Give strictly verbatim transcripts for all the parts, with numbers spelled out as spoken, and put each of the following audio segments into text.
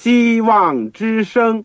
希望之声。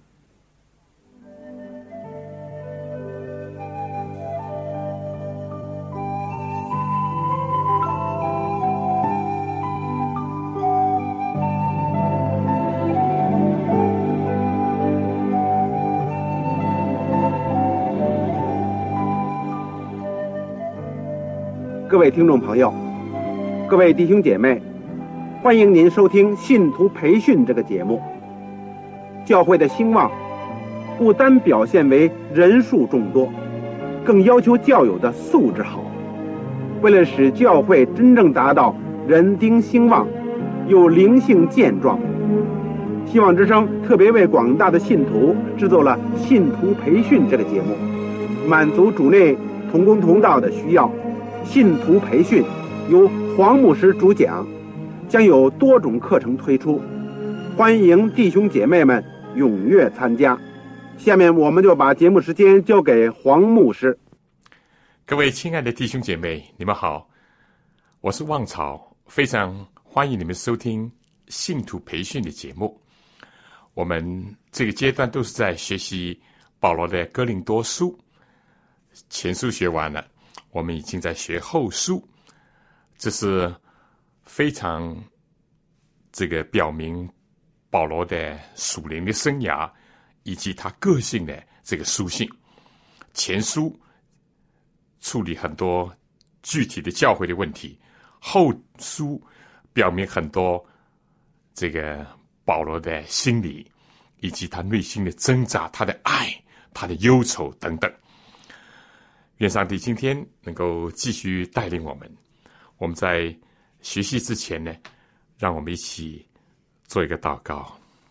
各位听众朋友，各位弟兄姐妹，欢迎您收听信徒培训这个节目。教会的兴旺不单表现为人数众多，更要求教友的素质好。为了使教会真正达到人丁兴旺又灵性健壮，希望之声特别为广大的信徒制作了信徒培训这个节目，满足主内同工同道的需要。信徒培训由黄牧师主讲，将有多种课程推出，欢迎弟兄姐妹们踊跃参加。下面我们就把节目时间交给黄牧师。 各位亲爱的弟兄姐妹，你们好，我是旺草，非常欢迎你们收听信徒培训的节目。我们这个阶段都是在学习保罗的哥林多书，前书学完了，我们已经在学后书，这是非常这个表明保罗的属灵的生涯以及他个性的这个书信。前书处理很多具体的教会的问题，后书表明很多这个保罗的心理以及他内心的挣扎，他的爱，他的忧愁等等。愿上帝今天能够继续带领我们。我们在学习之前呢，让我们一起做一个祷告。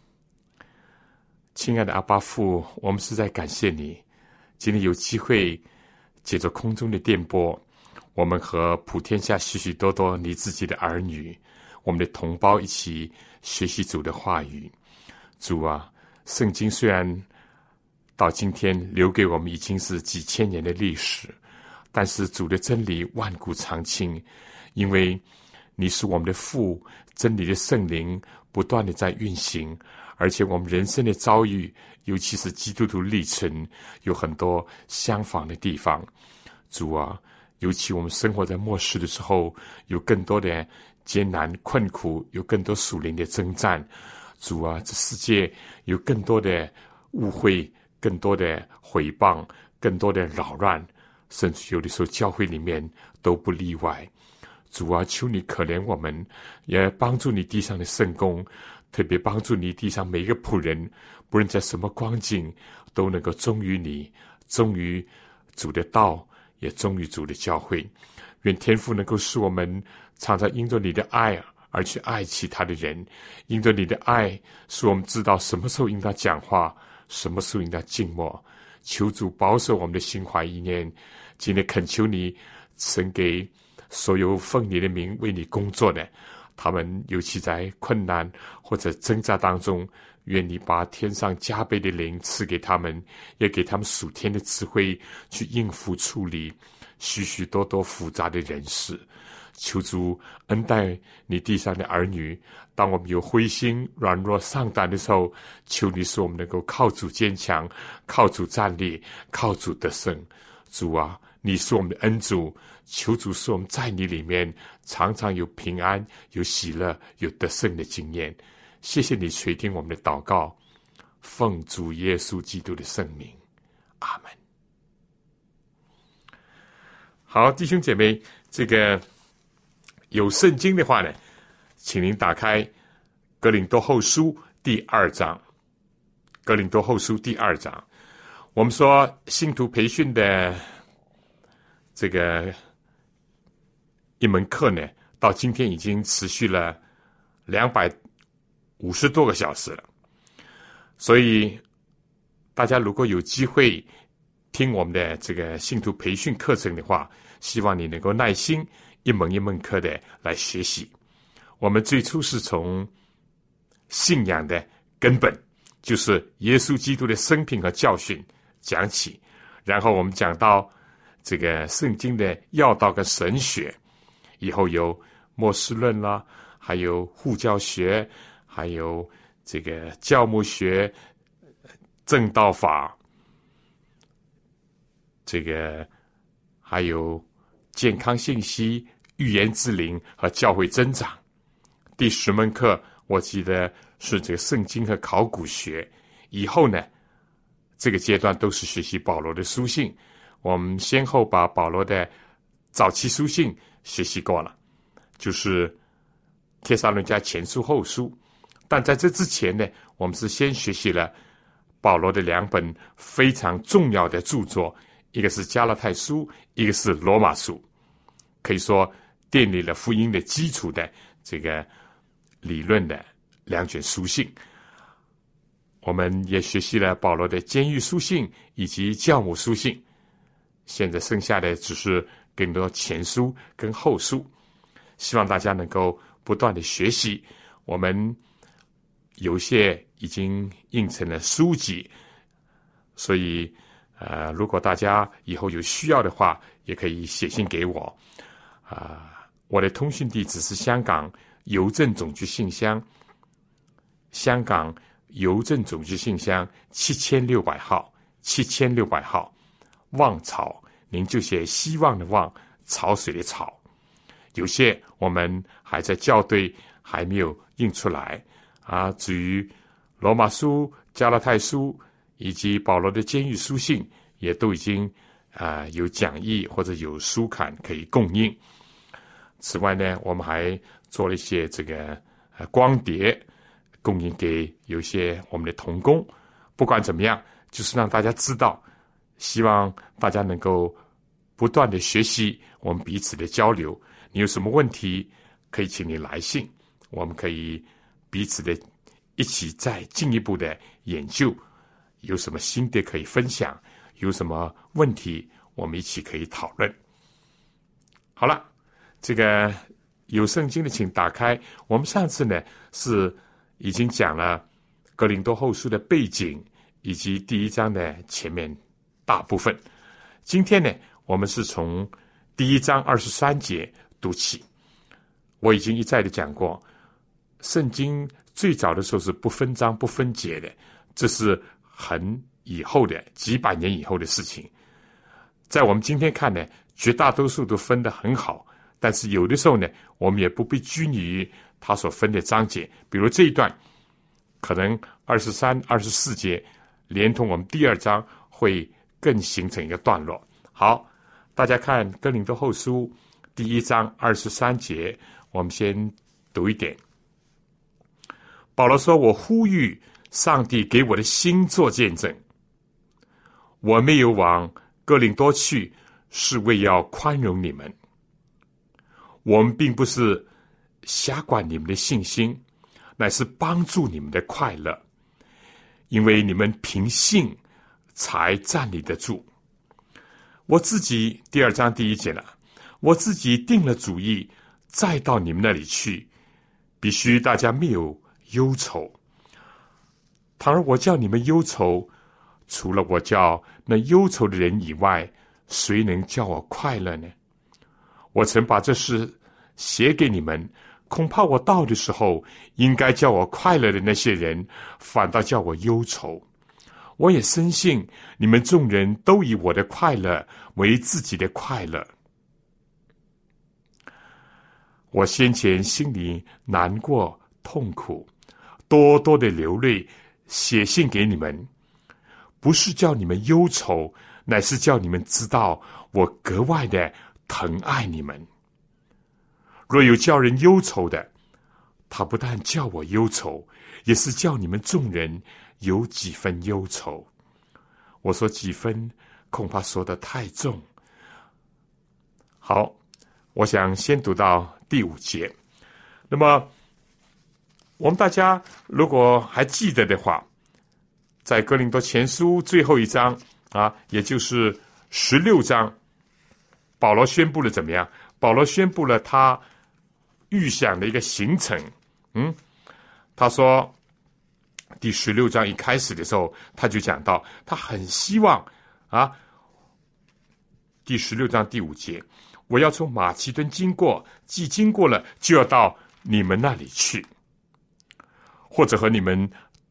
亲爱的阿爸父，我们实在感谢你，今天有机会借着空中的电波，我们和普天下许许多多你自己的儿女，我们的同胞一起学习主的话语。主啊，圣经虽然到今天留给我们已经是几千年的历史，但是主的真理万古长青，因为你是我们的父，真理的圣灵不断的在运行，而且我们人生的遭遇，尤其是基督徒历程，有很多相仿的地方。主啊，尤其我们生活在末世的时候，有更多的艰难困苦，有更多属灵的征战。主啊，这世界有更多的误会，更多的毁谤，更多的扰乱，甚至有的时候教会里面都不例外。主啊，求你可怜我们，也帮助你地上的圣工，特别帮助你地上每一个仆人，不论在什么光景，都能够忠于你，忠于主的道，也忠于主的教会。愿天父能够使我们常常因着你的爱而去爱其他的人，因着你的爱，使我们知道什么时候应当讲话，什么时候应当静默。求主保守我们的心怀意念。今天恳求你赐给所有奉你的名为你工作的，他们尤其在困难或者挣扎当中，愿你把天上加倍的灵赐给他们，也给他们属天的智慧，去应付处理许许多多复杂的人事。求主恩待你地上的儿女，当我们有灰心软弱丧胆的时候，求你使我们能够靠主坚强，靠主站立，靠主得胜。主啊，你是我们的恩主，求主使我们在你里面常常有平安，有喜乐，有得胜的经验。谢谢你垂听我们的祷告，奉主耶稣基督的圣名，阿门。好，弟兄姐妹，这个有圣经的话呢，请您打开哥林多后书第二章。哥林多后书第二章，我们说信徒培训的这个一门课呢，到今天已经持续了两百五十多个小时了。所以大家如果有机会听我们的这个信徒培训课程的话，希望你能够耐心一门一门课的来学习。我们最初是从信仰的根本，就是耶稣基督的生平和教训讲起，然后我们讲到这个圣经的要道跟神学，以后有末世论啦，还有护教学，还有这个教牧学、正道法，这个还有健康信息、预言之灵和教会增长。第十门课我记得是这个圣经和考古学。以后呢，这个阶段都是学习保罗的书信。我们先后把保罗的早期书信学习过了，就是帖撒罗尼迦前书后书。但在这之前呢，我们是先学习了保罗的两本非常重要的著作，一个是加拉太书，一个是罗马书，可以说奠定了福音的基础的这个理论的两卷书信。我们也学习了保罗的监狱书信以及教母书信，现在剩下的只是更多前书跟后书。希望大家能够不断的学习，我们有些已经印成了书籍，所以呃，如果大家以后有需要的话，也可以写信给我。啊、呃，我的通讯地址是香港邮政总局信箱，香港邮政总局信箱七千六百号，七千六百号，望潮，您就写希望的望，潮水的潮。有些我们还在校对，还没有印出来啊。至于罗马书、加拉太书以及保罗的监狱书信，也都已经啊、呃、有讲义或者有书刊可以供应。此外呢，我们还做了一些这个呃光碟，供应给有些我们的同工。不管怎么样，就是让大家知道，希望大家能够不断的学习，我们彼此的交流。你有什么问题，可以请你来信，我们可以彼此的一起再进一步的研究，有什么新的可以分享，有什么问题我们一起可以讨论。好了，这个有圣经的请打开。我们上次呢是已经讲了哥林多后书的背景以及第一章的前面大部分。今天呢，我们是从第一章二十三节读起。我已经一再的讲过，圣经最早的时候是不分章不分节的，这是很以后的几百年以后的事情。在我们今天看呢，绝大多数都分得很好，但是有的时候呢，我们也不必拘泥于他所分的章节。比如这一段可能二十三、二十四节连同我们第二章会更形成一个段落。好，大家看哥林多后书第一章二十三节，我们先读一点。保罗说，我呼吁上帝给我的心做见证，我没有往哥林多去，是为要宽容你们。我们并不是辖管你们的信心，乃是帮助你们的快乐，因为你们凭信才站立得住。我自己第二章第一节了，我自己定了主意，再到你们那里去，必须大家没有忧愁。倘若我叫你们忧愁，除了我叫那忧愁的人以外，谁能叫我快乐呢？我曾把这事写给你们，恐怕我到的时候，应该叫我快乐的那些人，反倒叫我忧愁。我也深信你们众人都以我的快乐为自己的快乐。我先前心里难过痛苦，多多的流泪，写信给你们，不是叫你们忧愁，乃是叫你们知道我格外的疼爱你们。若有叫人忧愁的，他不但叫我忧愁，也是叫你们众人有几分忧愁。我说几分，恐怕说得太重。好，我想先读到第五节。那么我们大家如果还记得的话，在哥林多前书最后一章啊，也就是十六章，保罗宣布了怎么样？保罗宣布了他预想的一个行程。嗯，他说第十六章一开始的时候，他就讲到他很希望啊，第十六章第五节，我要从马其顿经过，既经过了，就要到你们那里去，或者和你们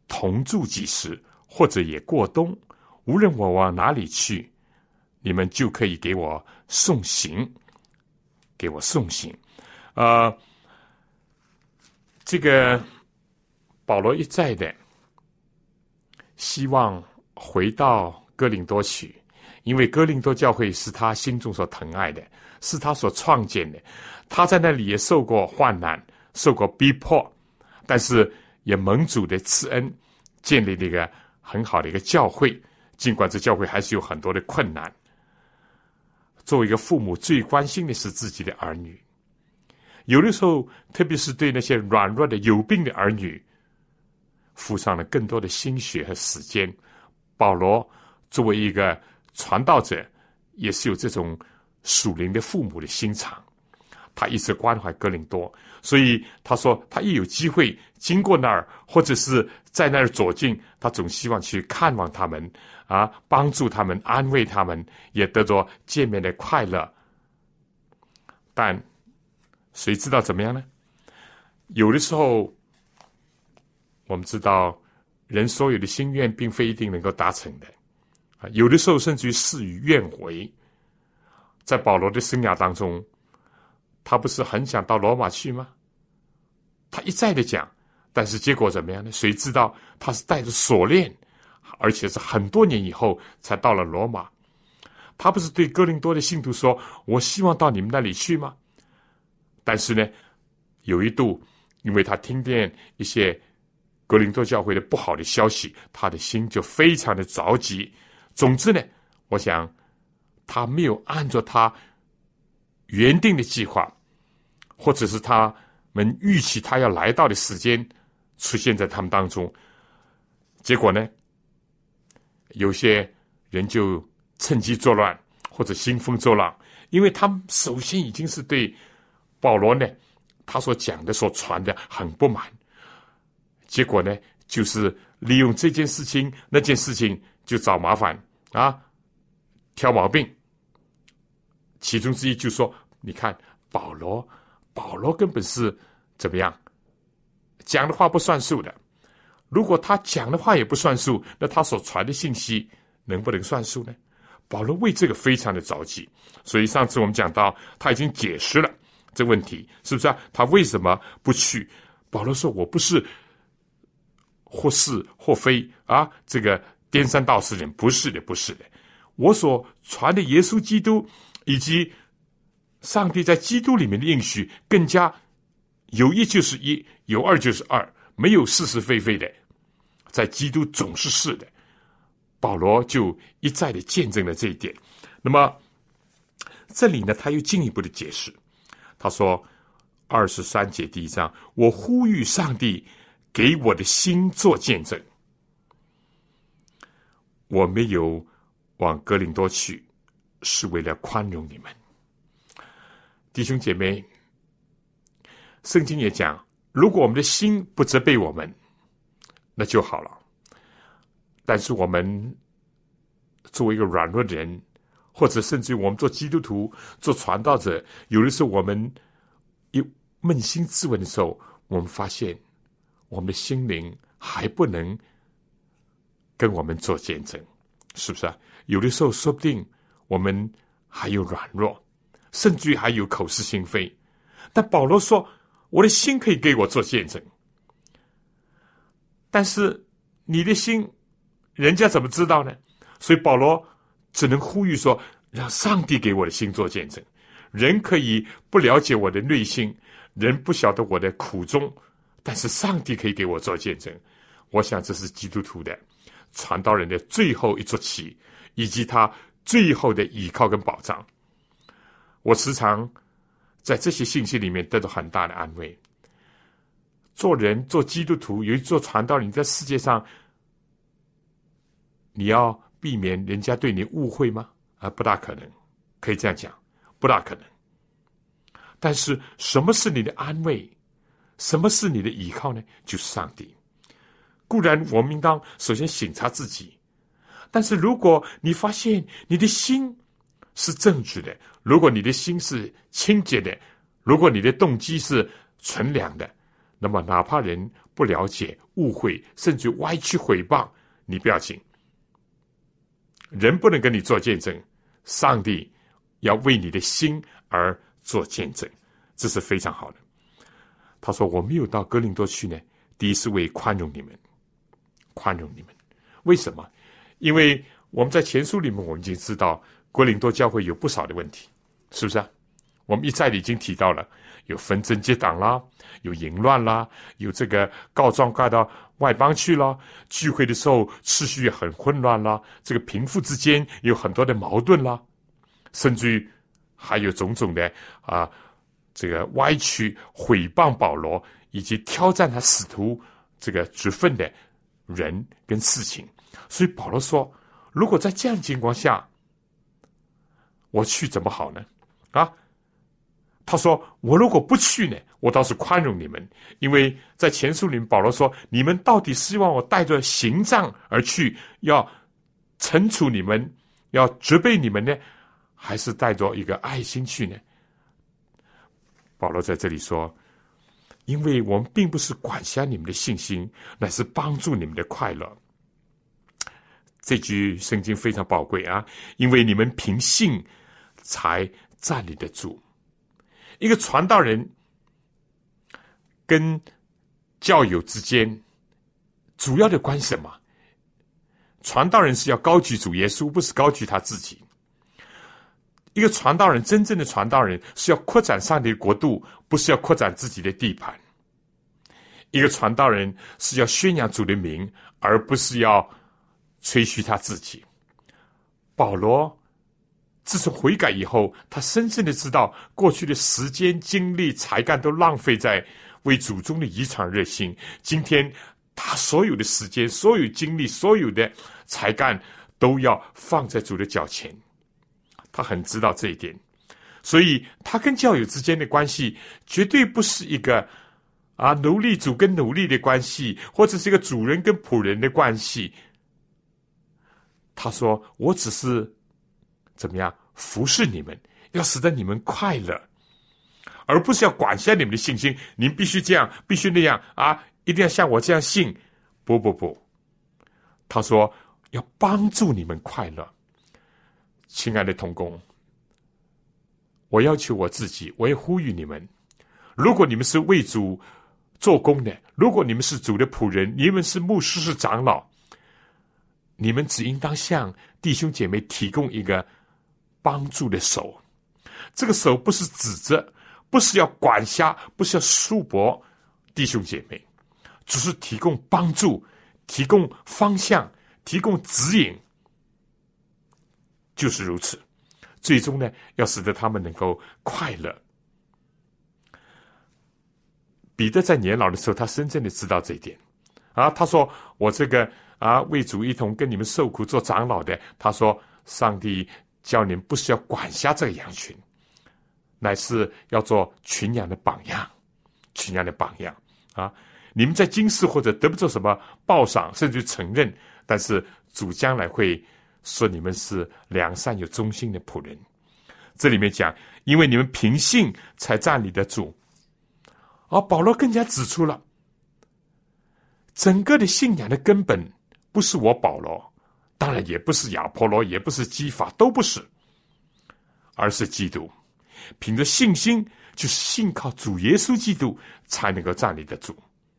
同住几时，或者也过冬，无论我往哪里去，你们就可以给我送行，给我送行。呃，这个保罗一再的希望回到哥林多去，因为哥林多教会是他心中所疼爱的，是他所创建的，他在那里也受过患难，受过逼迫，但是也蒙主的赐恩，建立了一个很好的一个教会，尽管这教会还是有很多的困难。作为一个父母，最关心的是自己的儿女，有的时候特别是对那些软弱的有病的儿女付上了更多的心血和时间。保罗作为一个传道者，也是有这种属灵的父母的心肠，他一直关怀哥林多，所以他说他一有机会经过那儿，或者是在那儿走近，他总希望去看望他们啊，帮助他们，安慰他们，也得着见面的快乐。但谁知道怎么样呢？有的时候我们知道人所有的心愿并非一定能够达成的，有的时候甚至于事与愿违。在保罗的生涯当中，他不是很想到罗马去吗？他一再的讲，但是结果怎么样呢？谁知道他是带着锁链，而且是很多年以后才到了罗马。他不是对哥林多的信徒说，我希望到你们那里去吗？但是呢，有一度因为他听见一些哥林多教会的不好的消息，他的心就非常的着急。总之呢，我想他没有按照他原定的计划，或者是他们预期他要来到的时间出现在他们当中。结果呢，有些人就趁机作乱，或者兴风作浪，因为他们首先已经是对保罗呢他所讲的所传的很不满，结果呢就是利用这件事情那件事情就找麻烦啊，挑毛病。其中之一就说，你看保罗保罗根本是怎么样讲的话不算数的，如果他讲的话也不算数，那他所传的信息能不能算数呢？保罗为这个非常的着急，所以上次我们讲到他已经解释了这问题，是不是啊？他为什么不去？保罗说，我不是或是或非啊，这个颠三倒四人，不是的，不是的。我所传的耶稣基督以及上帝在基督里面的应许，更加有一就是一，有二就是二，没有是是非非的，在基督总是是的。保罗就一再的见证了这一点。那么这里呢，他又进一步的解释，他说二十三节第一章，我呼吁上帝给我的心做见证，我没有往哥林多去，是为了宽容你们。弟兄姐妹，圣经也讲，如果我们的心不责备我们，那就好了。但是我们作为一个软弱的人，或者甚至于我们做基督徒、做传道者，有的时候我们一扪心自问的时候，我们发现我们的心灵还不能跟我们做见证，是不是啊？有的时候说不定我们还有软弱，甚至于还有口是心非。但保罗说，我的心可以给我做见证，但是你的心人家怎么知道呢？所以保罗只能呼吁说，让上帝给我的心做见证。人可以不了解我的内心，人不晓得我的苦衷，但是上帝可以给我做见证。我想这是基督徒的传道人的最后一座旗，以及他最后的依靠跟保障。我时常在这些信息里面得到很大的安慰。做人做基督徒，尤其做传道人，你在世界上你要避免人家对你误会吗？啊，不大可能，可以这样讲，不大可能。但是什么是你的安慰？什么是你的依靠呢？就是上帝。固然我们应当首先省察自己，但是如果你发现你的心是正直的，如果你的心是清洁的，如果你的动机是纯良的，那么哪怕人不了解、误会，甚至歪曲毁谤，你不要紧。人不能跟你做见证，上帝要为你的心而做见证，这是非常好的。他说我没有到哥林多去呢，第一是为宽容你们，宽容你们。为什么？因为我们在前书里面我们已经知道哥林多教会有不少的问题，是不是啊？我们一再的已经提到了，有纷争结党啦，有淫乱啦，有这个告状告到外邦去啦，聚会的时候秩序也很混乱啦，这个贫富之间有很多的矛盾啦，甚至于还有种种的啊，这个歪曲毁谤保罗以及挑战他使徒这个职分的人跟事情。所以保罗说，如果在这样的情况下我去怎么好呢？啊，他说我如果不去呢，我倒是宽容你们，因为在前书里面保罗说，你们到底希望我带着刑杖而去，要惩处你们，要责备你们呢，还是带着一个爱心去呢？保罗在这里说，因为我们并不是管辖你们的信心，乃是帮助你们的快乐。这句圣经非常宝贵啊，因为你们凭信才站立得住。一个传道人跟教友之间主要的关系什么？传道人是要高举主耶稣，不是高举他自己。一个传道人，真正的传道人是要扩展上帝的国度，不是要扩展自己的地盘。一个传道人是要宣扬主的名，而不是要吹嘘他自己。保罗自从悔改以后，他深深的知道过去的时间、精力、才干都浪费在为主中的遗传热心。今天他所有的时间、所有精力、所有的才干都要放在主的脚前。他很知道这一点，所以他跟教友之间的关系绝对不是一个啊奴隶主跟奴隶的关系，或者是一个主人跟仆人的关系。他说我只是怎么样服侍你们，要使得你们快乐，而不是要管辖你们的信心，你们必须这样必须那样啊，一定要像我这样信。不不不，他说要帮助你们快乐。亲爱的同工，我要求我自己，我也呼吁你们，如果你们是为主做工的，如果你们是主的仆人，你们是牧师是长老，你们只应当向弟兄姐妹提供一个帮助的手。这个手不是指着，不是要管辖，不是要束缚弟兄姐妹，只是提供帮助，提供方向，提供指引，就是如此。最终呢，要使得他们能够快乐。彼得在年老的时候，他深深的知道这一点啊。他说我这个啊为主一同跟你们受苦做长老的，他说上帝叫你们不是要管辖这个羊群，乃是要做群羊的榜样，群羊的榜样啊。你们在今世或者得不到什么报赏，甚至承认，但是主将来会说你们是良善有忠心的仆人。这里面讲，因为你们凭信才站立得住。而保罗更加指出了，整个的信仰的根本不是我保罗，当然也不是亚波罗，也不是基法，都不是，而是基督。凭着信心，就是信靠主耶稣基督，才能够站立得住。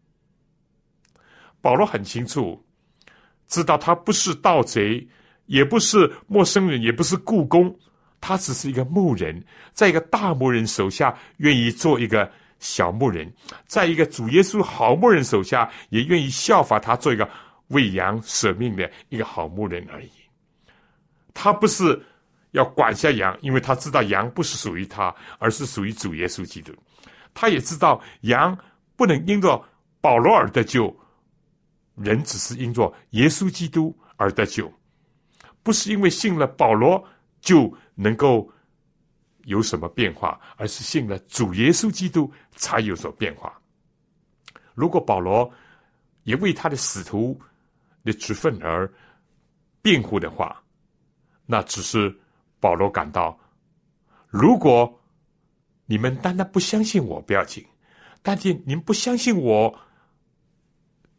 保罗很清楚知道他不是盗贼，也不是陌生人，也不是雇工，他只是一个牧人，在一个大牧人手下愿意做一个小牧人，在一个主耶稣好牧人手下也愿意效法他，做一个为羊舍命的一个好牧人而已。他不是要管辖羊，因为他知道羊不是属于他，而是属于主耶稣基督。他也知道羊不能因着保罗而得救，人只是因着耶稣基督而得救，不是因为信了保罗就能够有什么变化，而是信了主耶稣基督才有所变化。如果保罗也为他的使徒的职分而辩护的话，那只是保罗感到，如果你们单单不相信我不要紧，但是你们不相信我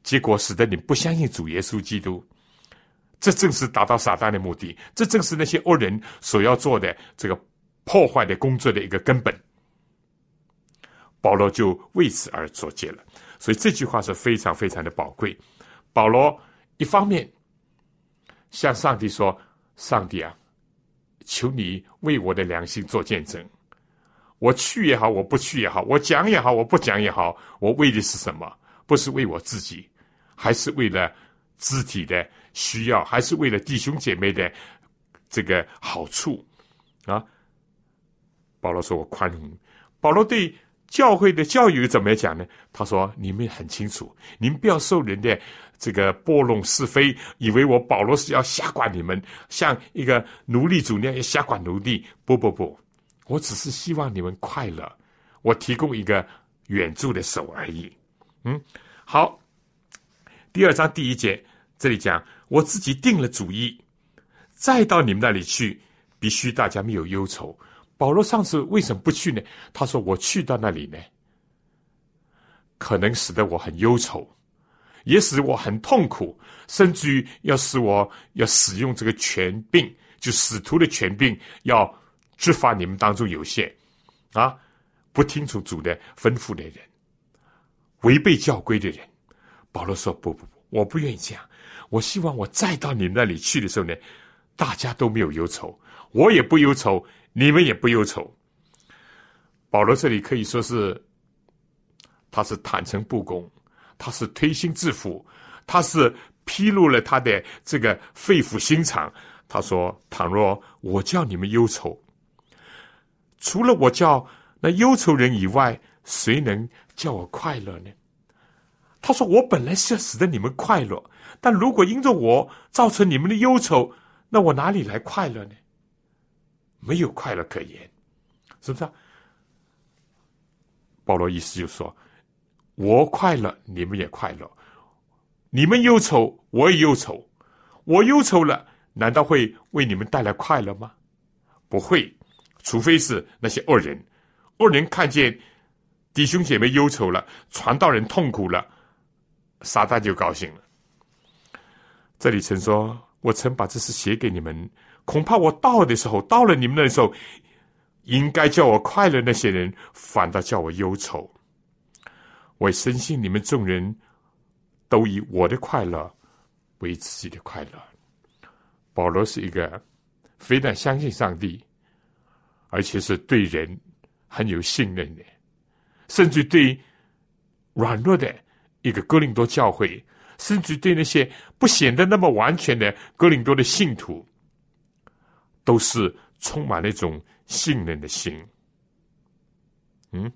结果使得你不相信主耶稣基督。这正是达到撒旦的目的，这正是那些恶人所要做的这个破坏的工作的一个根本。保罗就为此而作结了，所以这句话是非常非常的宝贵。保罗一方面向上帝说，上帝啊，求你为我的良心做见证，我去也好，我不去也好，我讲也好，我不讲也好，我为的是什么？不是为我自己，还是为了肢体的需要，还是为了弟兄姐妹的这个好处啊？保罗说我宽容。保罗对教会的教育怎么讲呢？他说你们很清楚，你们不要受人的这个拨弄是非，以为我保罗是要辖管你们，像一个奴隶主那样要辖管奴隶。不不不，我只是希望你们快乐，我提供一个援助的手而已。嗯，好，第二章第一节这里讲，我自己定了主意，再到你们那里去，必须大家没有忧愁。保罗上次为什么不去呢？他说我去到那里呢，可能使得我很忧愁，也使我很痛苦，甚至于要使我要使用这个权柄，就使徒的权柄，要执法你们当中有些啊不听从主的吩咐的人，违背教规的人。保罗说不不不，我不愿意这样，我希望我再到你们那里去的时候呢，大家都没有忧愁，我也不忧愁，你们也不忧愁。保罗这里可以说是他是坦诚不公，他是推心置腹，他是披露了他的这个肺腑心肠。他说倘若我叫你们忧愁，除了我叫那忧愁人以外，谁能叫我快乐呢？他说我本来是要使得你们快乐，但如果因着我造成你们的忧愁，那我哪里来快乐呢？没有快乐可言，是不是啊？保罗意思就说，我快乐你们也快乐，你们忧愁我也忧愁，我忧愁了难道会为你们带来快乐吗？不会，除非是那些恶人。恶人看见弟兄姐妹忧愁了，传道人痛苦了，撒旦就高兴了。这里曾说，我曾把这事写给你们，恐怕我到的时候，到了你们那时候，应该叫我快乐那些人，反倒叫我忧愁。我也深信你们众人都以我的快乐为自己的快乐。保罗是一个非但相信上帝，而且是对人很有信任的，甚至对软弱的一个哥林多教会，甚至对那些不显得那么完全的哥林多的信徒，都是充满了一种信任的心。嗯，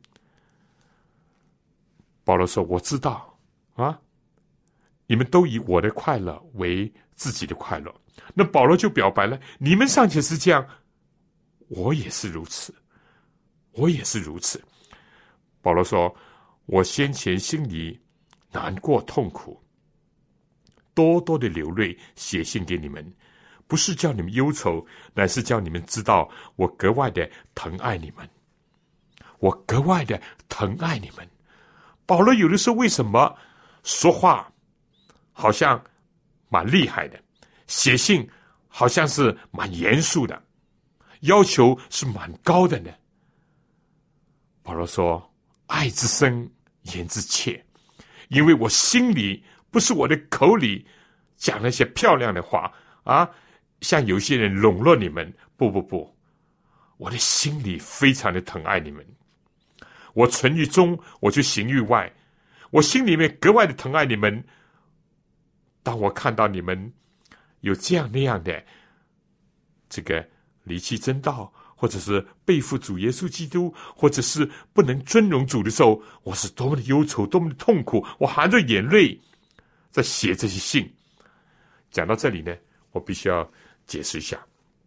保罗说我知道啊，你们都以我的快乐为自己的快乐。那保罗就表白了，你们尚且是这样，我也是如此，我也是如此。保罗说，我先前心里难过痛苦，多多的流泪写信给你们，不是叫你们忧愁，乃是叫你们知道我格外的疼爱你们，我格外的疼爱你们。保罗有的时候为什么说话好像蛮厉害的，写信好像是蛮严肃的，要求是蛮高的呢？保罗说，爱之深，言之切，因为我心里不是我的口里讲那些漂亮的话啊，像有些人笼络你们，不不不，我的心里非常的疼爱你们。我存于中，我就行于外，我心里面格外的疼爱你们。当我看到你们有这样那样的这个离弃真道，或者是背负主耶稣基督，或者是不能尊荣主的时候，我是多么的忧愁，多么的痛苦，我含着眼泪在写这些信。讲到这里呢，我必须要解释一下。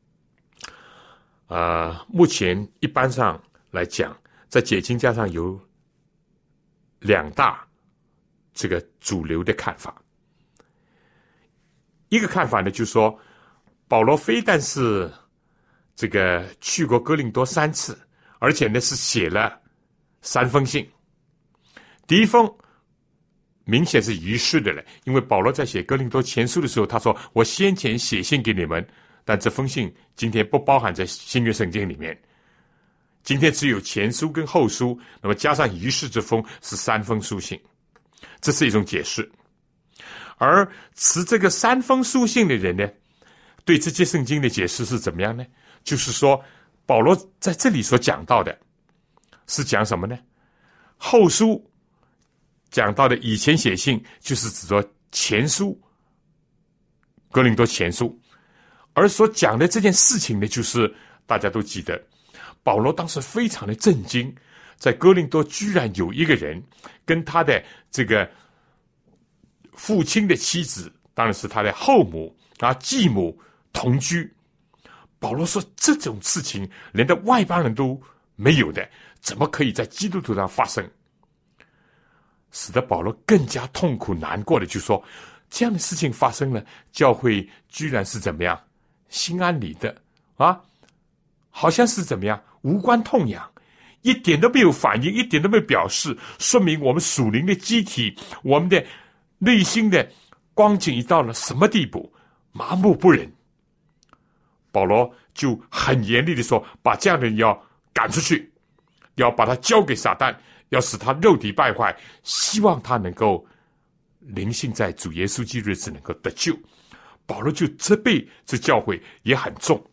呃，目前一般上来讲，在解经家上有两大这个主流的看法。一个看法呢，就是说保罗非但是这个去过哥林多三次，而且呢是写了三封信。第一封明显是遗失的了。因为保罗在写哥林多前书的时候，他说我先前写信给你们，但这封信今天不包含在新约圣经里面，今天只有前书跟后书，那么加上遗失这封是三封书信，这是一种解释。而持这个三封书信的人呢，对这些圣经的解释是怎么样呢？就是说保罗在这里所讲到的是讲什么呢？后书讲到的以前写信就是指着前书，哥林多前书，而所讲的这件事情呢，就是大家都记得保罗当时非常的震惊，在哥林多居然有一个人跟他的这个父亲的妻子，当然是他的后母啊继母同居。保罗说这种事情连的外邦人都没有的，怎么可以在基督徒上发生？使得保罗更加痛苦难过的就说，这样的事情发生了，教会居然是怎么样心安理得啊，好像是怎么样无关痛痒，一点都没有反应，一点都没有表示，说明我们属灵的机体，我们的内心的光景已到了什么地步，麻木不仁。保罗就很严厉的说，把这样的人要赶出去，要把他交给撒旦，要使他肉体败坏，希望他能够灵性在主耶稣基督日子能够得救。保罗就责备这教会也很重，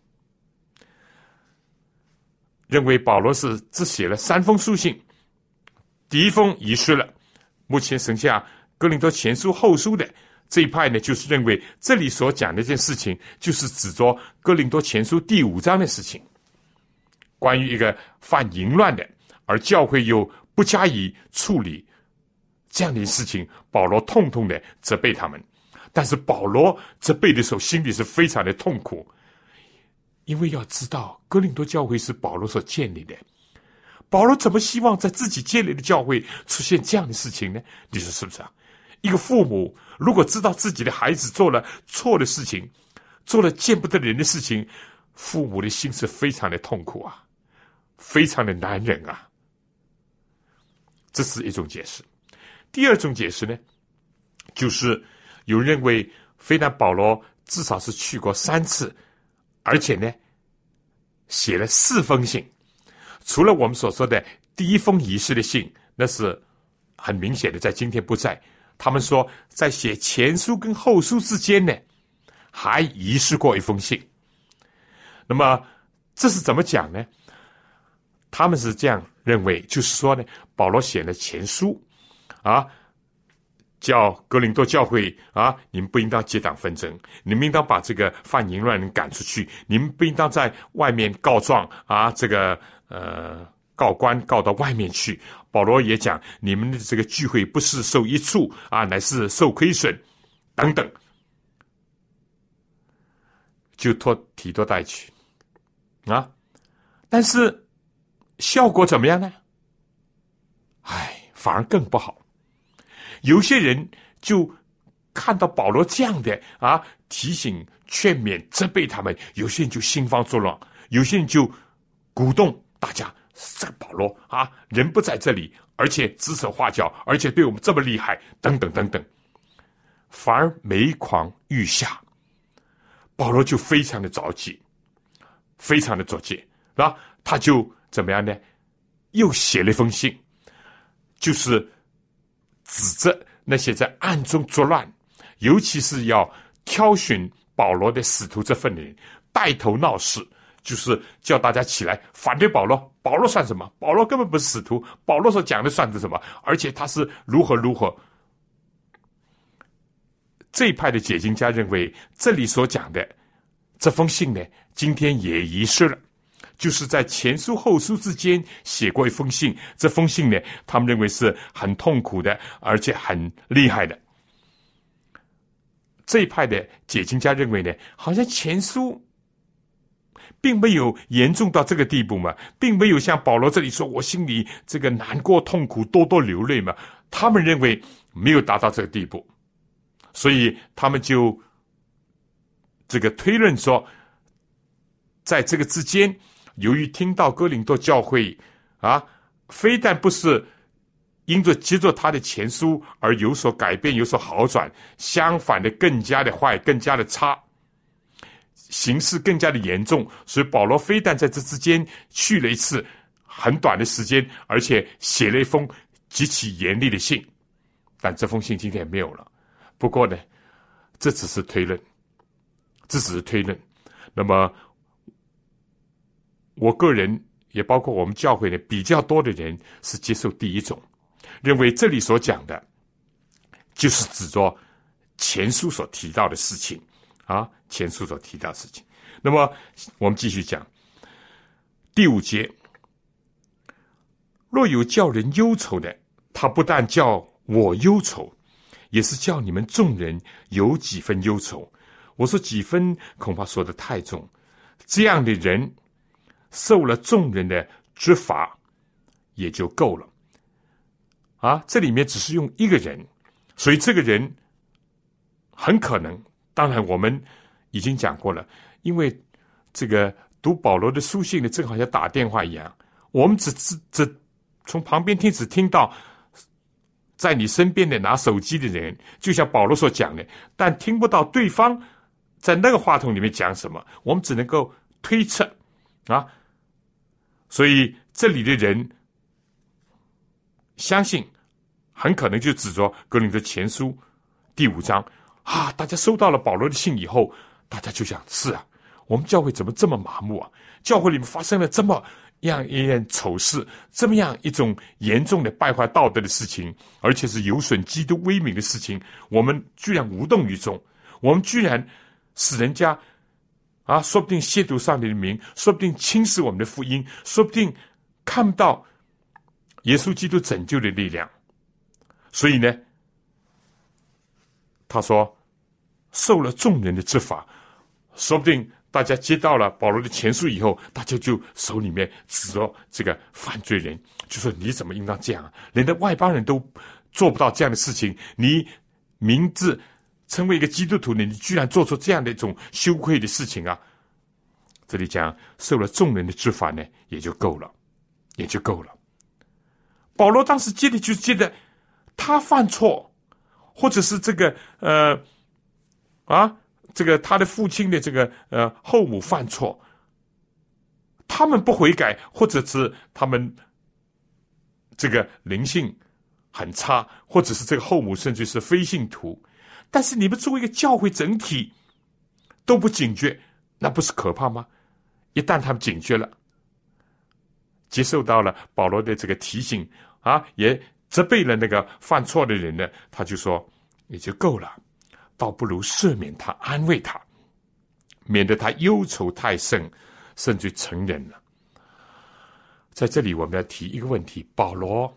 认为保罗是只写了三封书信，第一封遗失了，目前剩下哥林多前书后书的这一派呢，就是认为这里所讲的这件事情就是指着哥林多前书第五章的事情，关于一个犯淫乱的，而教会又不加以处理这样的事情，保罗痛痛的责备他们。但是保罗责备的时候心里是非常的痛苦，因为要知道哥林多教会是保罗所建立的，保罗怎么希望在自己建立的教会出现这样的事情呢？你说是不是啊？一个父母如果知道自己的孩子做了错的事情，做了见不得人的事情，父母的心是非常的痛苦啊，非常的难忍啊。这是一种解释。第二种解释呢，就是有人认为非但保罗至少是去过三次，而且呢写了四封信，除了我们所说的第一封遗失的信，那是很明显的在今天不在。他们说在写前书跟后书之间呢，还遗失过一封信。那么这是怎么讲呢？他们是这样认为，就是说呢，保罗写了前书啊，叫哥林多教会啊，你们不应当结党纷争，你们应当把这个犯淫乱人赶出去，你们不应当在外面告状啊，这个呃告官告到外面去。保罗也讲，你们的这个聚会不是受益处啊，乃是受亏损等等，就托提多带去啊。但是效果怎么样呢？哎，反而更不好。有些人就看到保罗这样的啊，提醒、劝勉、责备他们，有些人就兴风作浪，有些人就鼓动大家，这个保罗啊，人不在这里，而且指手画脚，而且对我们这么厉害，等等等等，反而每况愈下。保罗就非常的着急，非常的着急，啊，他就怎么样呢？又写了一封信，就是指责那些在暗中作乱，尤其是要挑选保罗的使徒这份人，带头闹事，就是叫大家起来反对保罗。保罗算什么？保罗根本不是使徒，保罗所讲的算是什么？而且他是如何如何。这一派的解经家认为，这里所讲的这封信呢，今天也遗失了，就是在前书后书之间写过一封信，这封信呢，他们认为是很痛苦的，而且很厉害的。这一派的解经家认为呢，好像前书并没有严重到这个地步嘛，并没有像保罗这里说我心里这个难过痛苦多多流泪嘛，他们认为没有达到这个地步，所以他们就这个推论说，在这个之间，由于听到哥林多教会啊，非但不是因着接着他的前书而有所改变，有所好转，相反的更加的坏，更加的差，形势更加的严重。所以保罗非但在这之间去了一次很短的时间，而且写了一封极其严厉的信，但这封信今天也没有了。不过呢，这只是推论，这只是推论。那么我个人也包括我们教会呢，比较多的人是接受第一种，认为这里所讲的就是指着前书所提到的事情啊，前书所提到的事情。那么我们继续讲第五节，若有叫人忧愁的，他不但叫我忧愁，也是叫你们众人有几分忧愁。我说几分恐怕说得太重，这样的人受了众人的之罚也就够了啊！这里面只是用一个人，所以这个人很可能，当然我们已经讲过了，因为这个读保罗的书信呢，正好像打电话一样，我们只只只从旁边听，只听到在你身边的拿手机的人，就像保罗所讲的，但听不到对方在那个话筒里面讲什么，我们只能够推测啊。所以这里的人相信，很可能就指着哥林多前书第五章啊，大家收到了保罗的信以后，大家就想，是啊，我们教会怎么这么麻木啊？教会里面发生了这么样一件丑事，这么样一种严重的败坏道德的事情，而且是有损基督威名的事情，我们居然无动于衷，我们居然使人家啊，说不定亵渎上帝的名，说不定轻视我们的福音，说不定看不到耶稣基督拯救的力量。所以呢，他说受了众人的制罚，说不定大家接到了保罗的前书以后，大家就手里面指着这个犯罪人，就说你怎么应当这样啊？连的外邦人都做不到这样的事情，你明知成为一个基督徒呢，你居然做出这样的一种羞愧的事情啊！这里讲受了众人的制罚呢，也就够了，也就够了。保罗当时接的就接的他犯错，或者是这个呃啊，这个他的父亲的这个呃后母犯错，他们不悔改，或者是他们这个灵性很差，或者是这个后母甚至是非信徒。但是你们作为一个教会整体都不警觉，那不是可怕吗？一旦他们警觉了，接受到了保罗的这个提醒啊，也责备了那个犯错的人呢，他就说也就够了，倒不如赦免他，安慰他，免得他忧愁太甚，甚至成人了。在这里我们要提一个问题，保罗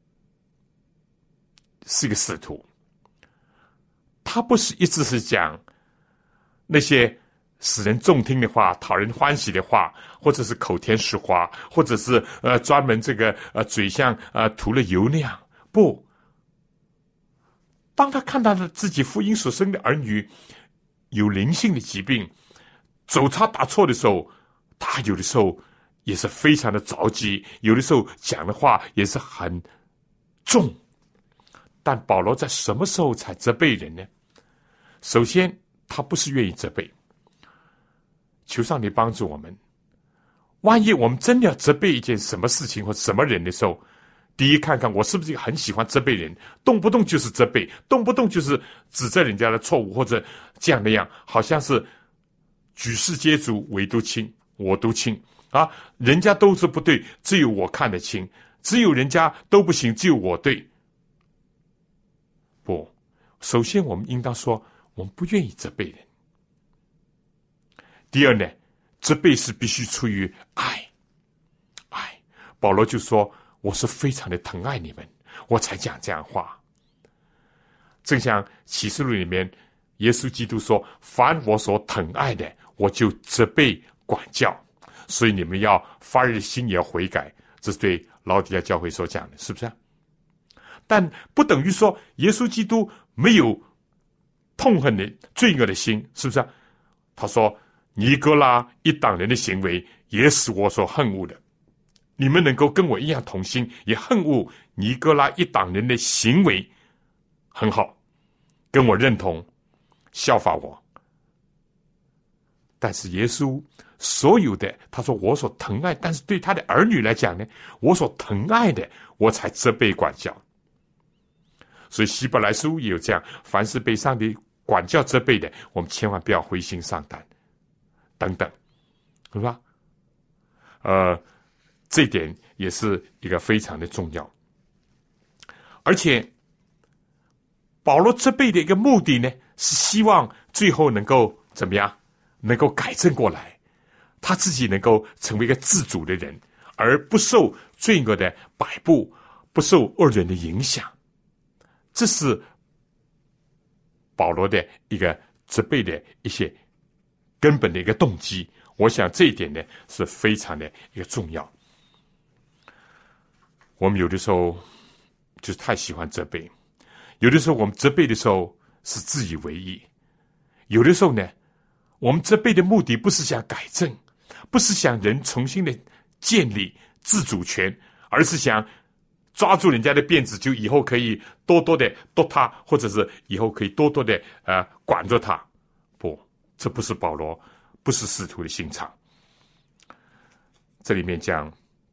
是一个使徒，他不是一直是讲那些使人中听的话，讨人欢喜的话，或者是口甜实滑，或者是呃专门这个呃嘴像呃涂了油那样。不，当他看到了自己福音所生的儿女有灵性的疾病，走差打错的时候，他有的时候也是非常的着急，有的时候讲的话也是很重。但保罗在什么时候才责备人呢？首先，他不是愿意责备，求上帝帮助我们。万一我们真的要责备一件什么事情或什么人的时候，第一，看看我是不是一个很喜欢责备人，动不动就是责备，动不动就是指责人家的错误，或者这样那样，好像是举世皆浊唯独清，我独清啊！人家都是不对，只有我看得清；只有人家都不行，只有我对。不，首先我们应当说，我们不愿意责备人。第二呢，责备是必须出于爱，爱。保罗就说，我是非常的疼爱你们，我才讲这样话。正像启示录里面，耶稣基督说，凡我所疼爱的，我就责备管教，所以你们要发热心，也要悔改。这是对老底嘉教会所讲的，是不是啊？但不等于说耶稣基督没有痛恨的罪恶的心，是不是啊？他说尼哥拉一党人的行为也使我所恨恶的。 你们能够跟我一样同心，也恨恶尼哥拉一党人的行为，很好，跟我认同，效法我。但是耶稣所有的，他说我所疼爱，但是对他的儿女来讲呢，我所疼爱的，我才责备管教。所以希伯来书也有这样，凡是被上帝管教责备的，我们千万不要灰心丧胆，等等，是吧？呃，这点也是一个非常的重要。而且保罗责备的一个目的呢，是希望最后能够怎么样，能够改正过来，他自己能够成为一个自主的人，而不受罪恶的摆布，不受恶人的影响。这是保罗的一个责备的一些根本的一个动机。我想这一点呢，是非常的一个重要。我们有的时候就是太喜欢责备，有的时候我们责备的时候是自以为意，有的时候呢，我们责备的目的不是想改正，不是想人重新的建立自主权，而是想抓住人家的辫子，就以后可以多多的剁他，或者是以后可以多多的呃管着他。不，这不是保罗，不是使徒的心肠。这里面讲，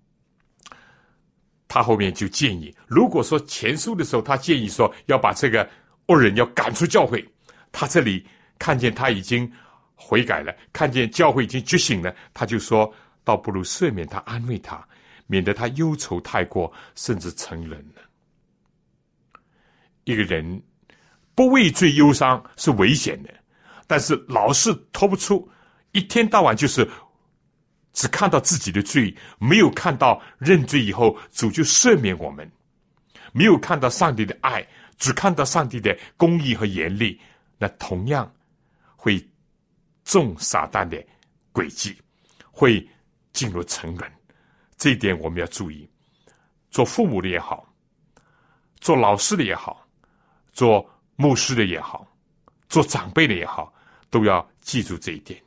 他后面就建议，如果说前书的时候他建议说要把这个恶人要赶出教会，他这里看见他已经悔改了，看见教会已经觉醒了，他就说倒不如赦免他，安慰他，免得他忧愁太过，甚至成人了。一个人不为罪忧伤是危险的，但是老是脱不出，一天到晚就是只看到自己的罪，没有看到认罪以后主就赦免我们，没有看到上帝的爱，只看到上帝的公义和严厉，那同样会中撒旦的诡计，会进入沉沦。这一点我们要注意，做父母的也好，做老师的也好，做牧师的也好，做长辈的也好，都要记住这一点。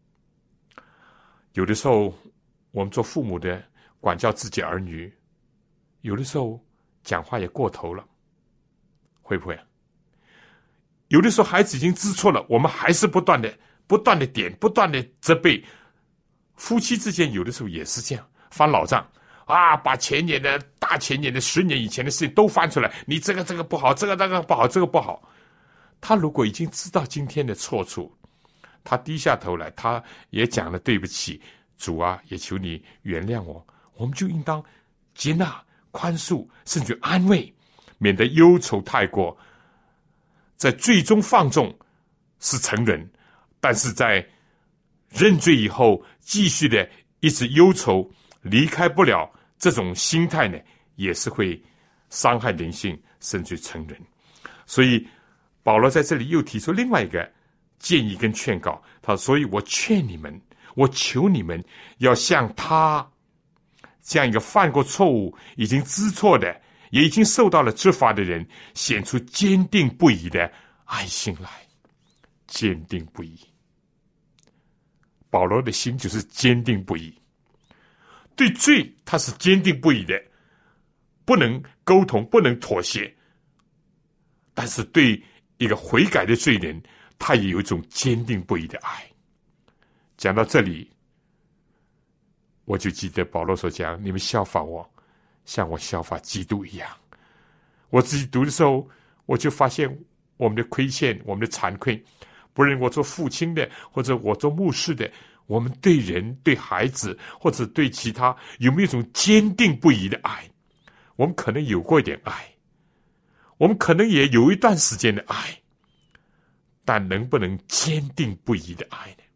有的时候我们做父母的管教自己儿女，有的时候讲话也过头了，会不会？有的时候孩子已经知错了，我们还是不断的不断的点，不断的责备。夫妻之间有的时候也是这样，翻老账啊，把前年的大前年的十年以前的事情都翻出来，你这个这个不好，这个那个不好，这个不好。他如果已经知道今天的错处，他低下头来，他也讲了对不起，主啊，也求你原谅我，我们就应当接纳、宽恕，甚至安慰，免得忧愁太过，在最终放纵是成人，但是在认罪以后继续的一直忧愁，离开不了这种心态呢，也是会伤害灵性，甚至成人。所以保罗在这里又提出另外一个建议跟劝告，他说，所以我劝你们，我求你们要像他这样一个犯过错误，已经知错的，也已经受到了责罚的人，显出坚定不移的爱心来。坚定不移，保罗的心就是坚定不移，对罪他是坚定不移的，不能沟通，不能妥协。但是对一个悔改的罪人，他也有一种坚定不移的爱。讲到这里，我就记得保罗所讲，你们效法我，像我效法基督一样。我自己读的时候，我就发现我们的亏欠，我们的惭愧。不论我做父亲的，或者我做牧师的，我们对人、对孩子，或者对其他，有没有一种坚定不移的爱？我们可能有过一点爱，我们可能也有一段时间的爱，但能不能坚定不移的爱呢？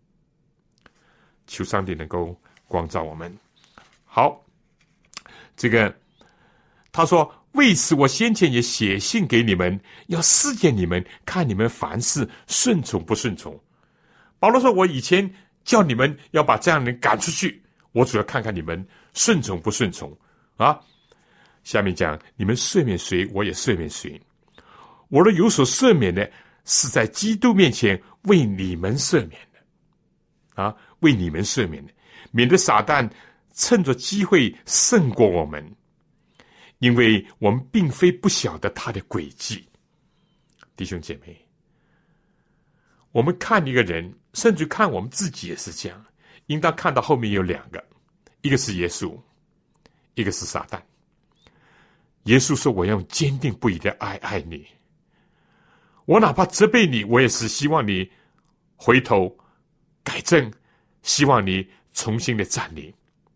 求上帝能够光照我们。好，这个他说，为此我先前也写信给你们，要试验你们，看你们凡事顺从不顺从。保罗说，我以前叫你们要把这样的人赶出去，我主要看看你们顺从不顺从啊。下面讲，你们赦免谁，我也赦免谁。我若有所赦免的，是在基督面前为你们赦免的啊，为你们赦免的，免得撒旦趁着机会胜过我们，因为我们并非不晓得他的诡计。弟兄姐妹，我们看一个人，甚至看我们自己也是这样，应当看到后面有两个，一个是耶稣，一个是撒旦。耶稣说，我要用坚定不移的爱爱你，我哪怕责备你，我也是希望你回头改正，希望你重新的站立。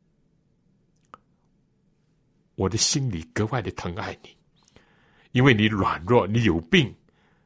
我的心里格外的疼爱你，因为你软弱，你有病。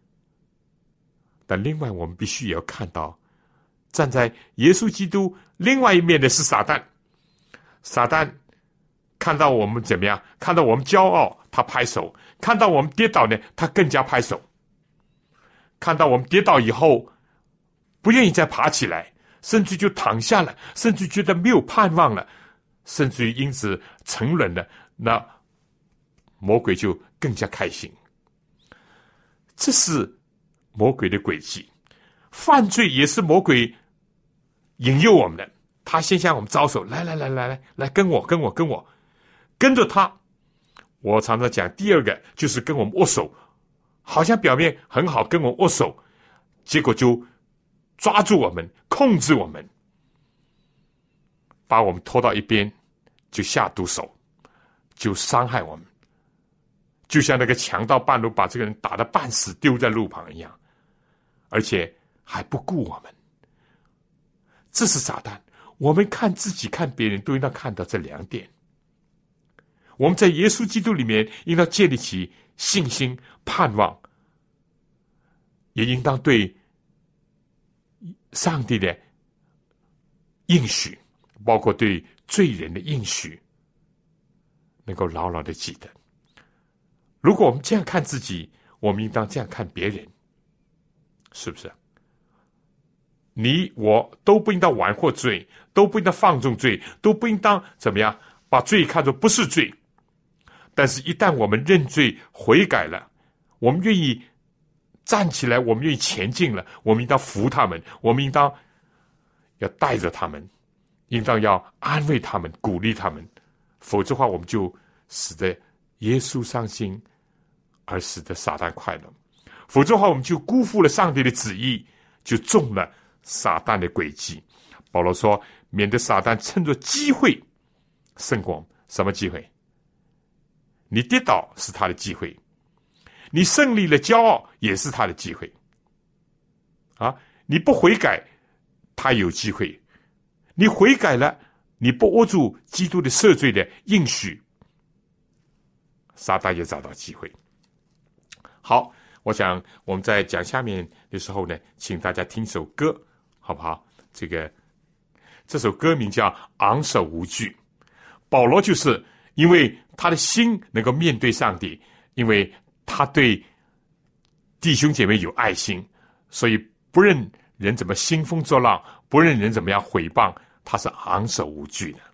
但另外我们必须也要看到，站在耶稣基督另外一面的是撒旦。撒旦看到我们怎么样，看到我们骄傲，他拍手；看到我们跌倒呢，他更加拍手。看到我们跌倒以后不愿意再爬起来，甚至就躺下了，甚至觉得没有盼望了，甚至于因此沉沦了，那魔鬼就更加开心。这是魔鬼的诡计，犯罪也是魔鬼引诱我们的。他先向我们招手，来来来来来来，跟我跟我跟我跟着他。我常常讲，第二个就是跟我们握手，好像表面很好，跟我们握手，结果就抓住我们，控制我们，把我们拖到一边，就下毒手，就伤害我们，就像那个强盗半路把这个人打得半死，丢在路旁一样，而且还不顾我们。这是撒旦。我们看自己看别人都应当看到这两点。我们在耶稣基督里面应当建立起信心盼望，也应当对上帝的应许，包括对罪人的应许，能够牢牢的记得。如果我们这样看自己，我们应当这样看别人，是不是？你我都不应当玩或罪，都不应当放纵罪，都不应当怎么样把罪看作不是罪。但是一旦我们认罪悔改了，我们愿意站起来，我们愿意前进了，我们应当扶他们，我们应当要带着他们，应当要安慰他们，鼓励他们。否则的话，我们就使得耶稣伤心，而使得撒旦快乐。否则的话，我们就辜负了上帝的旨意，就中了撒旦的诡计。保罗说，免得撒旦趁着机会胜过我们。什么机会？你跌倒是他的机会，你胜利了骄傲也是他的机会啊！你不悔改，他有机会；你悔改了，你不握住基督的赦罪的应许，撒旦也找到机会。好，我想我们在讲下面的时候呢，请大家听首歌，好不好？这个这首歌名叫《昂首无惧》。保罗就是因为他的心能够面对上帝，因为他对弟兄姐妹有爱心，所以不论人怎么兴风作浪，不论人怎么样毁谤，他是昂首无惧的。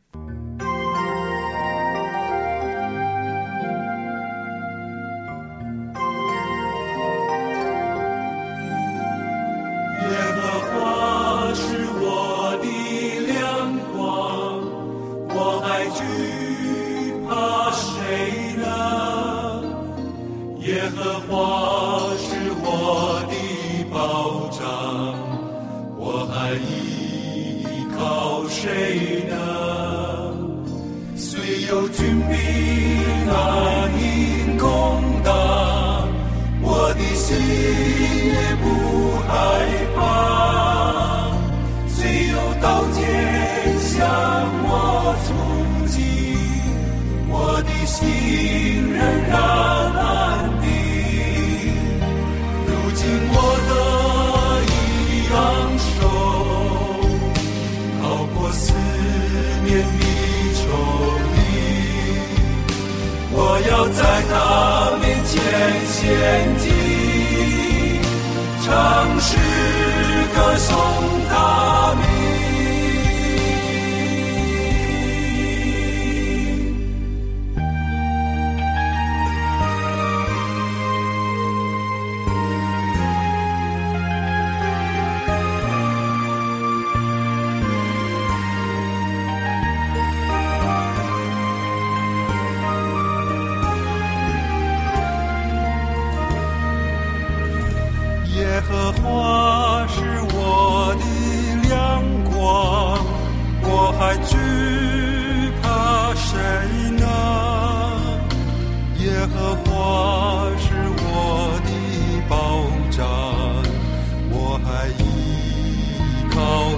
耶和华是我的保障，我还依靠谁呢？虽有军兵难以攻打，我的心也不害怕。虽有刀剑向我冲击，我的心仍然安定。我的一昂首，逃过思念的仇敌，我要在他面前献祭，唱诗歌颂他名。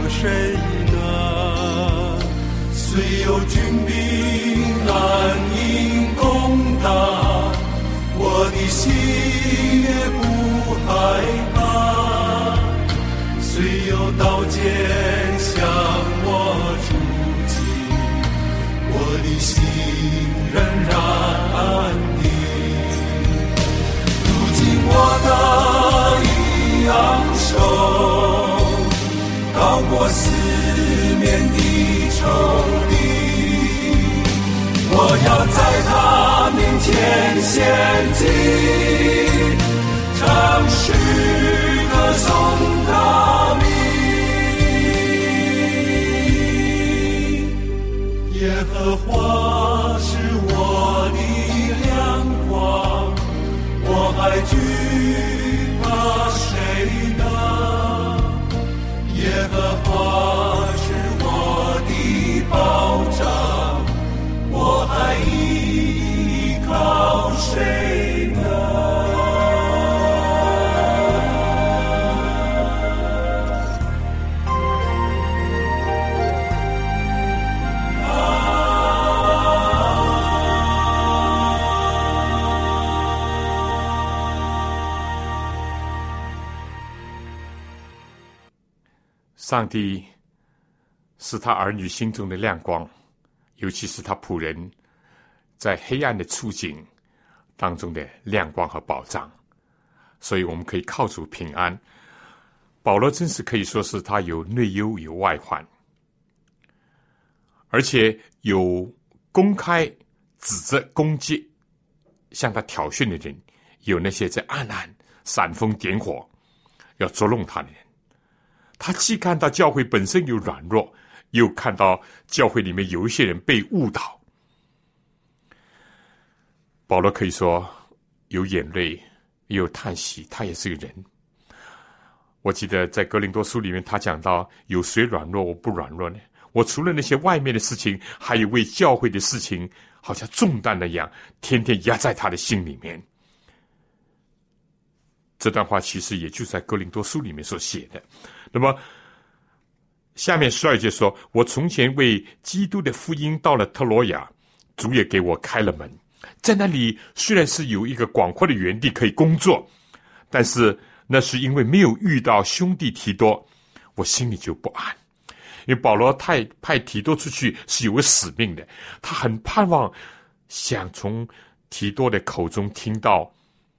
谁呢？虽有军兵暗营攻打，我的心也不害怕。虽有刀剑向我出击，我的心仍然安定。如今我的一昂首，高过四面的仇敌。我要在他面前献祭，唱诗歌颂他名。耶和华是我的亮光，我还惧怕谁呢？耶和华是我的保障，我还依靠谁呢？ 上帝是他儿女心中的亮光，尤其是他仆人在黑暗的处境当中的亮光和保障，所以我们可以靠主平安。保罗真是可以说是他有内忧有外患，而且有公开指责攻击向他挑衅的人，有那些在暗暗煽风点火要捉弄他的人。他既看到教会本身有软弱，又看到教会里面有一些人被误导。保罗可以说有眼泪也有叹息，他也是个人。我记得在哥林多书里面他讲到，有谁软弱我不软弱呢？我除了那些外面的事情，还有为教会的事情好像重担那样天天压在他的心里面。这段话其实也就在哥林多书里面所写的。那么下面十二节说，我从前为基督的福音到了特罗亚，主也给我开了门。在那里虽然是有一个广阔的园地可以工作，但是那是因为没有遇到兄弟提多，我心里就不安。因为保罗派派提多出去是有个使命的，他很盼望想从提多的口中听到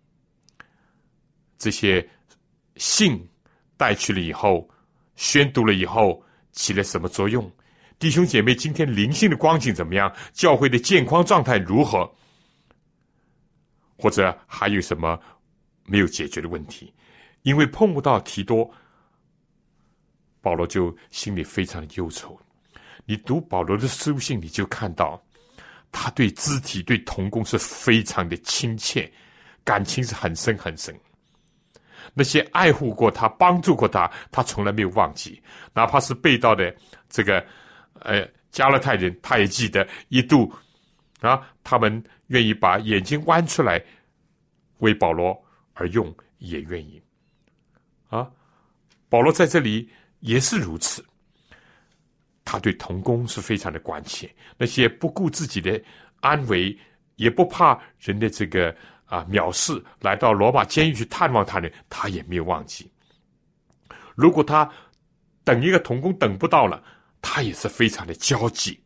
这些信带去了以后，宣读了以后起了什么作用？弟兄姐妹今天灵性的光景怎么样？教会的健康状态如何？或者还有什么没有解决的问题？因为碰不到提多，保罗就心里非常的忧愁。你读保罗的书信，你就看到他对肢体对同工是非常的亲切，感情是很深很深。那些爱护过他帮助过他，他从来没有忘记。哪怕是被盗的这个呃加勒泰人，他也记得一度啊，他们愿意把眼睛弯出来为保罗而用，也愿意啊。保罗在这里也是如此，他对同工是非常的关切。那些不顾自己的安危，也不怕人的这个啊藐视，来到罗马监狱去探望他呢，他也没有忘记。如果他等一个同工等不到了，他也是非常的焦急。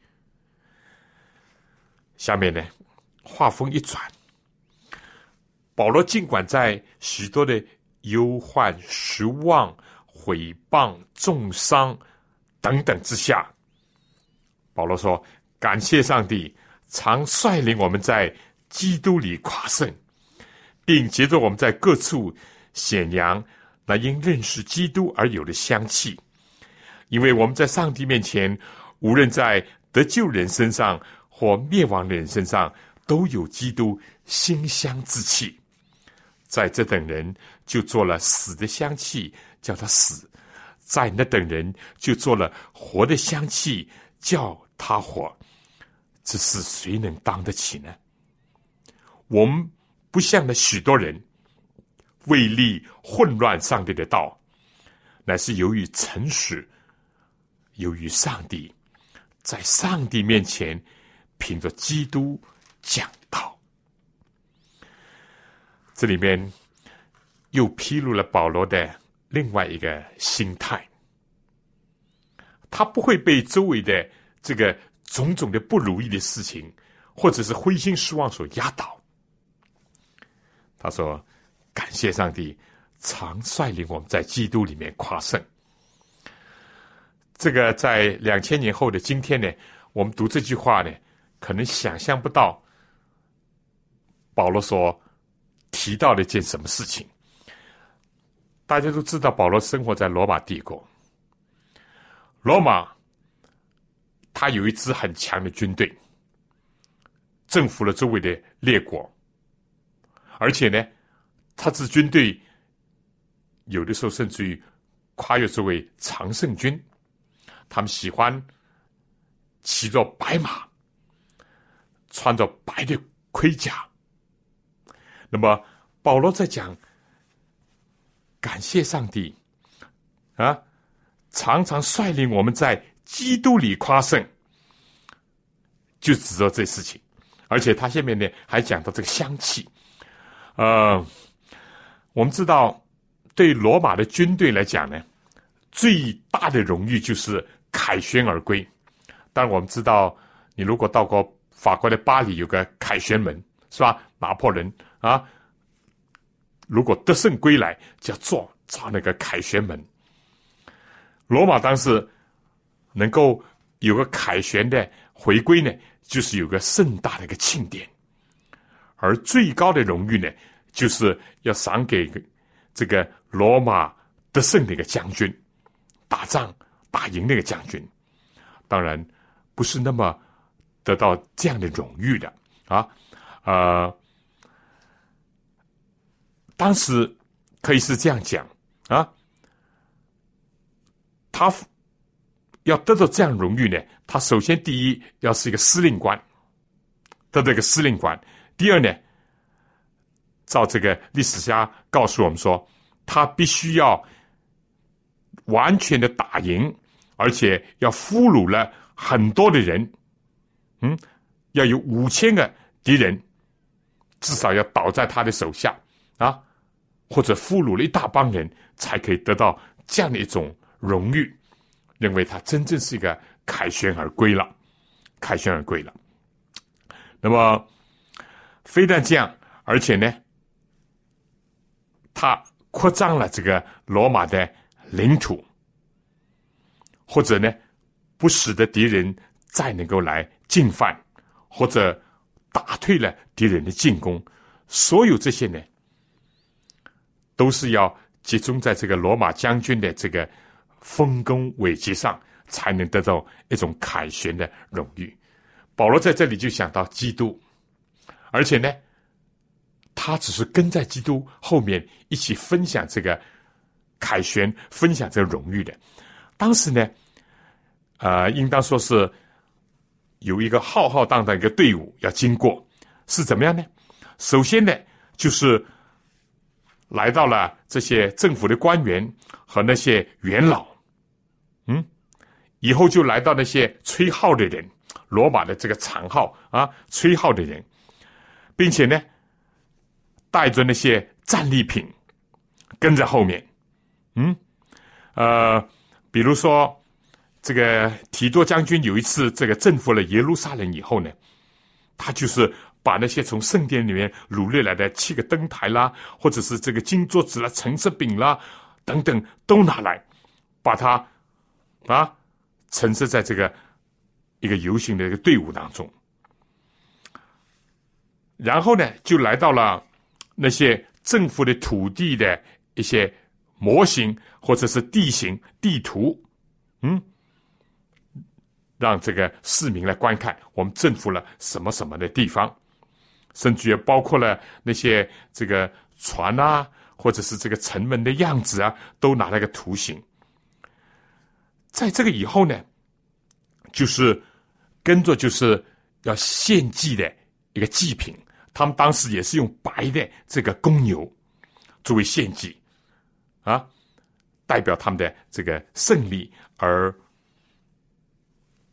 下面呢，话锋一转，保罗尽管在许多的忧患、失望、毁谤、重伤等等之下，保罗说：感谢上帝常率领我们在基督里夸胜，并藉着我们在各处显扬那因认识基督而有的香气。因为我们在上帝面前，无论在得救人身上或灭亡的人身上，都有基督馨香之气。在这等人就做了死的香气，叫他死；在那等人就做了活的香气，叫他活。这是谁能当得起呢？我们不像那许多人为利混乱上帝的道，乃是由于诚实由于上帝在上帝面前凭着基督讲道。这里面又披露了保罗的另外一个心态，他不会被周围的这个种种的不如意的事情或者是灰心失望所压倒。他说，感谢上帝常率领我们在基督里面夸胜。这个在两千年后的今天呢，我们读这句话呢，可能想象不到保罗所提到的一件什么事情。大家都知道保罗生活在罗马帝国，罗马他有一支很强的军队，征服了周围的列国，而且呢他支军队有的时候甚至于跨越这位常胜军，他们喜欢骑着白马，穿着白的盔甲。那么保罗在讲感谢上帝啊，常常率领我们在基督里夸胜，就指着这事情。而且他下面呢还讲到这个香气。呃，我们知道对罗马的军队来讲呢，最大的荣誉就是凯旋而归。但我们知道，你如果到过法国的巴黎，有个凯旋门，是吧？拿破仑啊，如果得胜归来，就要坐造那个凯旋门。罗马当时能够有个凯旋的回归呢，就是有个盛大的一个庆典，而最高的荣誉呢，就是要赏给这个罗马得胜的一个将军，打仗打赢那个将军。当然不是那么得到这样的荣誉的啊，呃，当时可以是这样讲啊，他要得到这样荣誉呢，他首先第一要是一个司令官，得到一个司令官。第二呢，照这个历史家告诉我们说，他必须要完全的打赢，而且要俘虏了很多的人，嗯，要有五千个敌人，至少要倒在他的手下啊，或者俘虏了一大帮人，才可以得到这样的一种荣誉，认为他真正是一个凯旋而归了，凯旋而归了。那么非但这样，而且呢，他扩张了这个罗马的领土，或者呢，不使得敌人再能够来进犯，或者打退了敌人的进攻。所有这些呢，都是要集中在这个罗马将军的这个丰功伟绩上，才能得到一种凯旋的荣誉。保罗在这里就想到基督，而且呢，他只是跟在基督后面一起分享这个凯旋，分享这个荣誉的。当时呢，呃，应当说是有一个浩浩荡荡一个队伍要经过，是怎么样呢？首先呢，就是来到了这些政府的官员和那些元老，嗯，以后就来到那些吹号的人，罗马的这个长号啊，吹号的人，并且呢，带着那些战利品跟在后面，嗯，呃，比如说这个提多将军有一次这个征服了耶路撒冷以后呢，他就是把那些从圣殿里面掳掠来的七个灯台啦，或者是这个金桌子啦、橙色饼啦等等都拿来，把它啊陈设在这个一个游行的一个队伍当中。然后呢，就来到了那些政府的土地的一些模型或者是地形地图，嗯，让这个市民来观看我们征服了什么什么的地方，甚至也包括了那些这个船啊，或者是这个城门的样子啊，都拿了个图形。在这个以后呢，就是跟着就是要献祭的一个祭品，他们当时也是用白的这个公牛作为献祭啊，代表他们的这个胜利而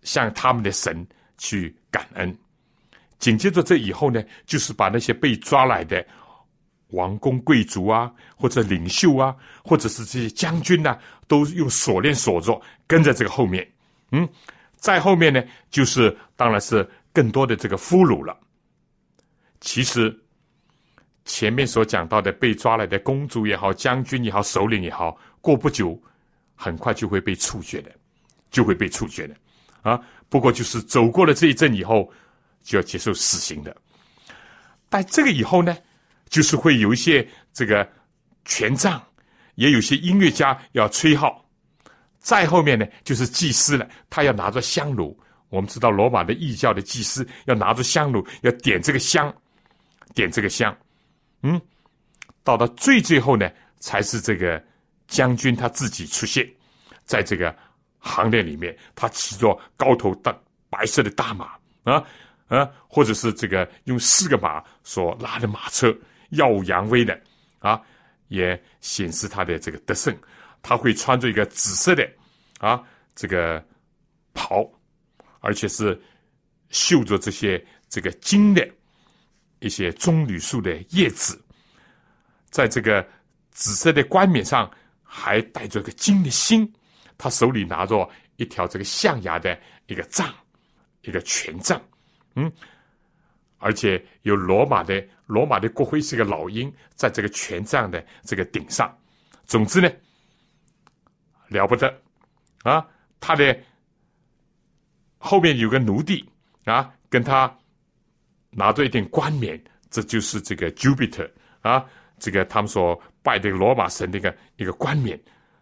向他们的神去感恩。紧接着这以后呢，就是把那些被抓来的王公贵族啊，或者领袖啊，或者是这些将军啊，都用锁链锁着，跟在这个后面。嗯，在后面呢，就是当然是更多的这个俘虏了。其实前面所讲到的被抓来的公主也好，将军也好，首领也好，过不久很快就会被处决的，就会被处决的啊。不过就是走过了这一阵以后，就要接受死刑的。但这个以后呢，就是会有一些这个权杖，也有些音乐家要吹号。再后面呢，就是祭司了，他要拿着香炉。我们知道罗马的异教的祭司要拿着香炉，要点这个香，点这个香。嗯，到了最最后呢，才是这个将军他自己出现在这个行列里面，他骑着高头大白色的大马啊啊，或者是这个用四个马所拉的马车，耀武扬威的啊，也显示他的这个得胜。他会穿着一个紫色的啊这个袍，而且是绣着这些这个金的一些棕榈树的叶子，在这个紫色的冠冕上还带着个金的星，他手里拿着一条这个象牙的一个杖，一个权杖。嗯，而且有罗马的罗马的国徽是个老鹰，在这个权杖的这个顶上。总之呢，了不得啊！他的后面有个奴隶啊，跟他拿着一点冠冕，这就是这个 Jupiter 啊，这个他们所拜的罗马神的一个一个冠冕。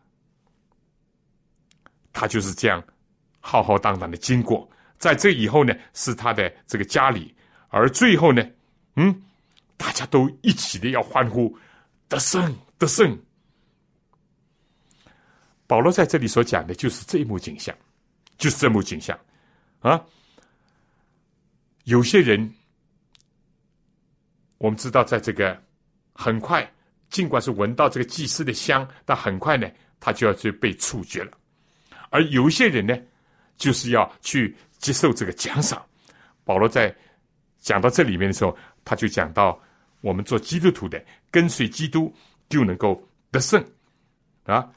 他就是这样浩浩荡荡的经过。在这以后呢，是他的这个家里，而最后呢，嗯，大家都一起的要欢呼，得胜，得胜。保罗在这里所讲的就是这一幕景象，就是这幕景象啊。有些人，我们知道，在这个很快，尽管是闻到这个祭司的香，但很快呢，他就要去被处决了。而有一些人呢，就是要去接受这个奖赏。保罗在讲到这里面的时候，他就讲到，我们做基督徒的，跟随基督就能够得胜啊。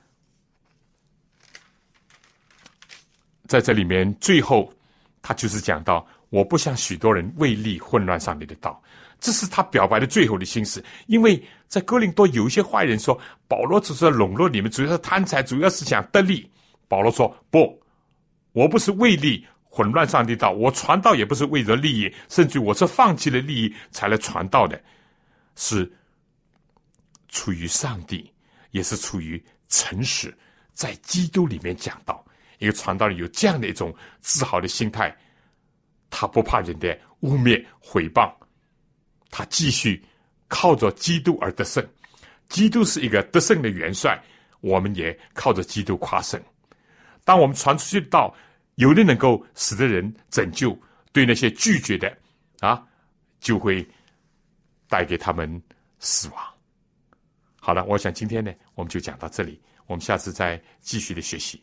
在这里面，最后他就是讲到，我不像许多人为利混乱上帝的道，这是他表白的最后的心思。因为在哥林多有一些坏人说，保罗只是在笼络你们，主要是贪财，主要是想得利。保罗说，不，我不是为利混乱上帝道，我传道也不是为了利益，甚至我是放弃了利益才来传道的，是出于上帝，也是出于诚实，在基督里面讲道。一个传道人有这样的一种自豪的心态，他不怕人的污蔑毁谤，他继续靠着基督而得胜。基督是一个得胜的元帅，我们也靠着基督夸胜。当我们传出去的道，有的能够使得人拯救，对那些拒绝的啊，就会带给他们死亡。好了，我想今天呢，我们就讲到这里，我们下次再继续的学习。